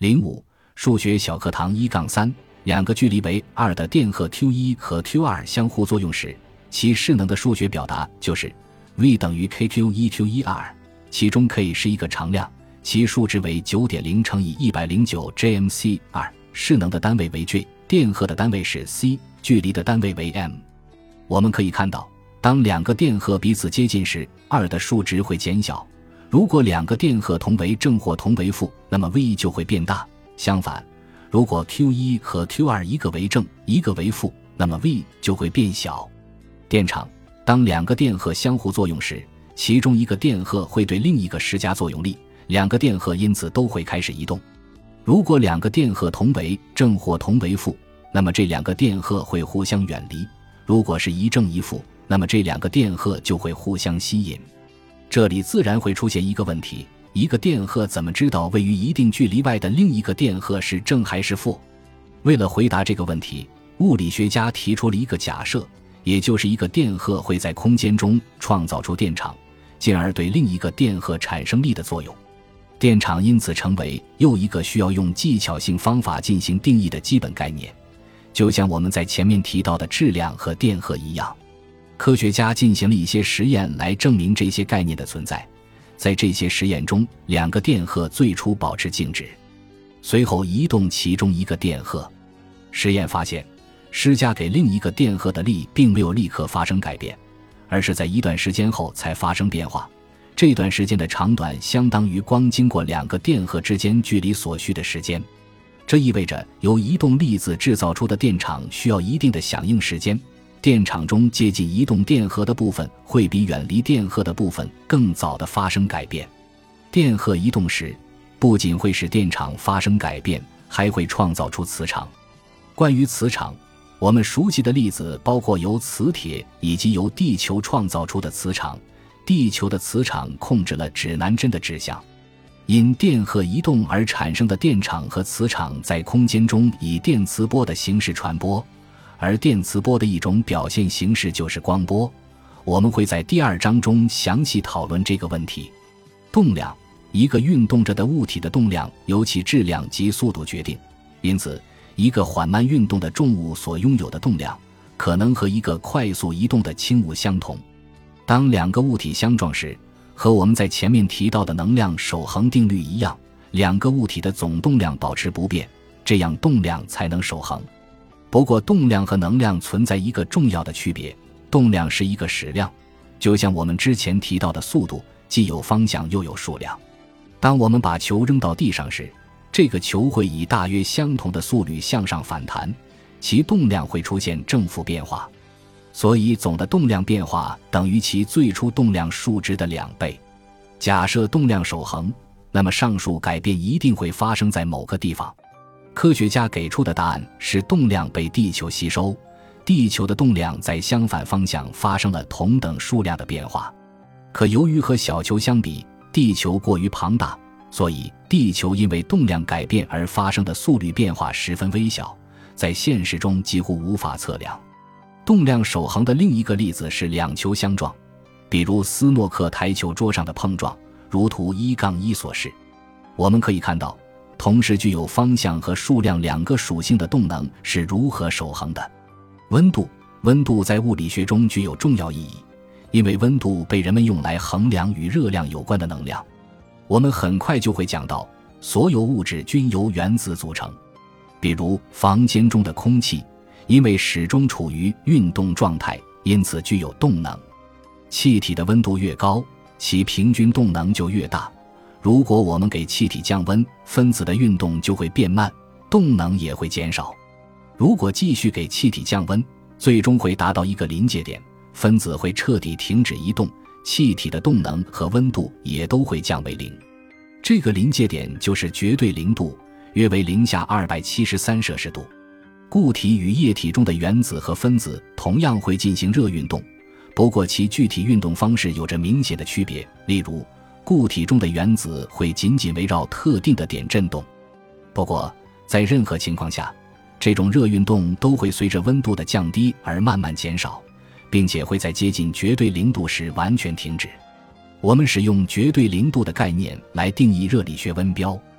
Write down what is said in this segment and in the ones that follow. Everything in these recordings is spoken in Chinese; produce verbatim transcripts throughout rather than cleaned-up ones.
零五数学小课堂 一杠三 两个距离为二的电荷 Q 一 和 Q 二 相互作用时，其势能的数学表达就是 V 等于 K Q 一 Q 一 R， 其中 K 是一个常量，其数值为 九点零 乘以一百零九 J M C 二， 势能的单位为 J， 电荷的单位是 C， 距离的单位为 M。 我们可以看到，当两个电荷彼此接近时，二的数值会减小。如果两个电荷同为正或同为负，那么 V 就会变大。相反，如果 Q 一 和 Q 二 一个为正，一个为负，那么 V 就会变小。电场，当两个电荷相互作用时，其中一个电荷会对另一个施加作用力，两个电荷因此都会开始移动。如果两个电荷同为正或同为负，那么这两个电荷会互相远离。如果是一正一负，那么这两个电荷就会互相吸引。这里自然会出现一个问题，一个电荷怎么知道位于一定距离外的另一个电荷是正还是负？为了回答这个问题，物理学家提出了一个假设，也就是一个电荷会在空间中创造出电场，进而对另一个电荷产生力的作用。电场因此成为又一个需要用技巧性方法进行定义的基本概念，就像我们在前面提到的质量和电荷一样。科学家进行了一些实验来证明这些概念的存在，在这些实验中，两个电荷最初保持静止，随后移动其中一个电荷。实验发现，施加给另一个电荷的力并没有立刻发生改变，而是在一段时间后才发生变化。这段时间的长短相当于光经过两个电荷之间距离所需的时间。这意味着由移动粒子制造出的电场需要一定的响应时间，电场中接近移动电荷的部分会比远离电荷的部分更早地发生改变。电荷移动时，不仅会使电场发生改变，还会创造出磁场。关于磁场，我们熟悉的例子包括由磁铁以及由地球创造出的磁场。地球的磁场控制了指南针的指向。因电荷移动而产生的电场和磁场在空间中以电磁波的形式传播，而电磁波的一种表现形式就是光波。我们会在第二章中详细讨论这个问题。动量，一个运动着的物体的动量由其质量及速度决定，因此一个缓慢运动的重物所拥有的动量可能和一个快速移动的轻物相同。当两个物体相撞时，和我们在前面提到的能量守恒定律一样，两个物体的总动量保持不变，这样动量才能守恒。不过动量和能量存在一个重要的区别，动量是一个矢量，就像我们之前提到的速度，既有方向又有数量。当我们把球扔到地上时，这个球会以大约相同的速率向上反弹，其动量会出现正负变化。所以总的动量变化等于其最初动量数值的两倍。假设动量守恒，那么上述改变一定会发生在某个地方。科学家给出的答案是动量被地球吸收，地球的动量在相反方向发生了同等数量的变化。可由于和小球相比，地球过于庞大，所以地球因为动量改变而发生的速率变化十分微小，在现实中几乎无法测量。动量守恒的另一个例子是两球相撞，比如斯诺克台球桌上的碰撞，如图 一杠一 所示。我们可以看到，同时具有方向和数量两个属性的动能是如何守恒的。温度，温度在物理学中具有重要意义，因为温度被人们用来衡量与热量有关的能量。我们很快就会讲到，所有物质均由原子组成，比如房间中的空气，因为始终处于运动状态，因此具有动能。气体的温度越高，其平均动能就越大。如果我们给气体降温，分子的运动就会变慢，动能也会减少。如果继续给气体降温，最终会达到一个临界点，分子会彻底停止移动，气体的动能和温度也都会降为零。这个临界点就是绝对零度，约为零下二百七十三摄氏度。固体与液体中的原子和分子同样会进行热运动，不过其具体运动方式有着明显的区别。例如，固体中的原子会紧紧围绕特定的点振动。不过，在任何情况下，这种热运动都会随着温度的降低而慢慢减少，并且会在接近绝对零度时完全停止。我们使用绝对零度的概念来定义热力学温标。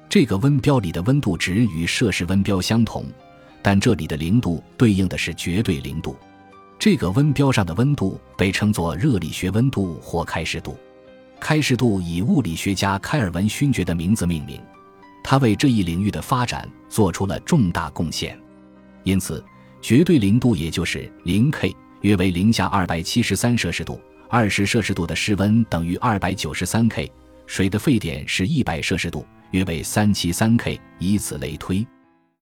这个温标里的温度值与摄氏温标相同，但这里的零度对应的是绝对零度。这个温标上的温度被称作热力学温度或开氏度。开氏度以物理学家开尔文勋爵的名字命名，他为这一领域的发展做出了重大贡献。因此绝对零度也就是 零 K， 约为零下二百七十三摄氏度，二十摄氏度的室温等于二百九十三 K， 水的沸点是一百摄氏度，约为三七三 K， 以此类推。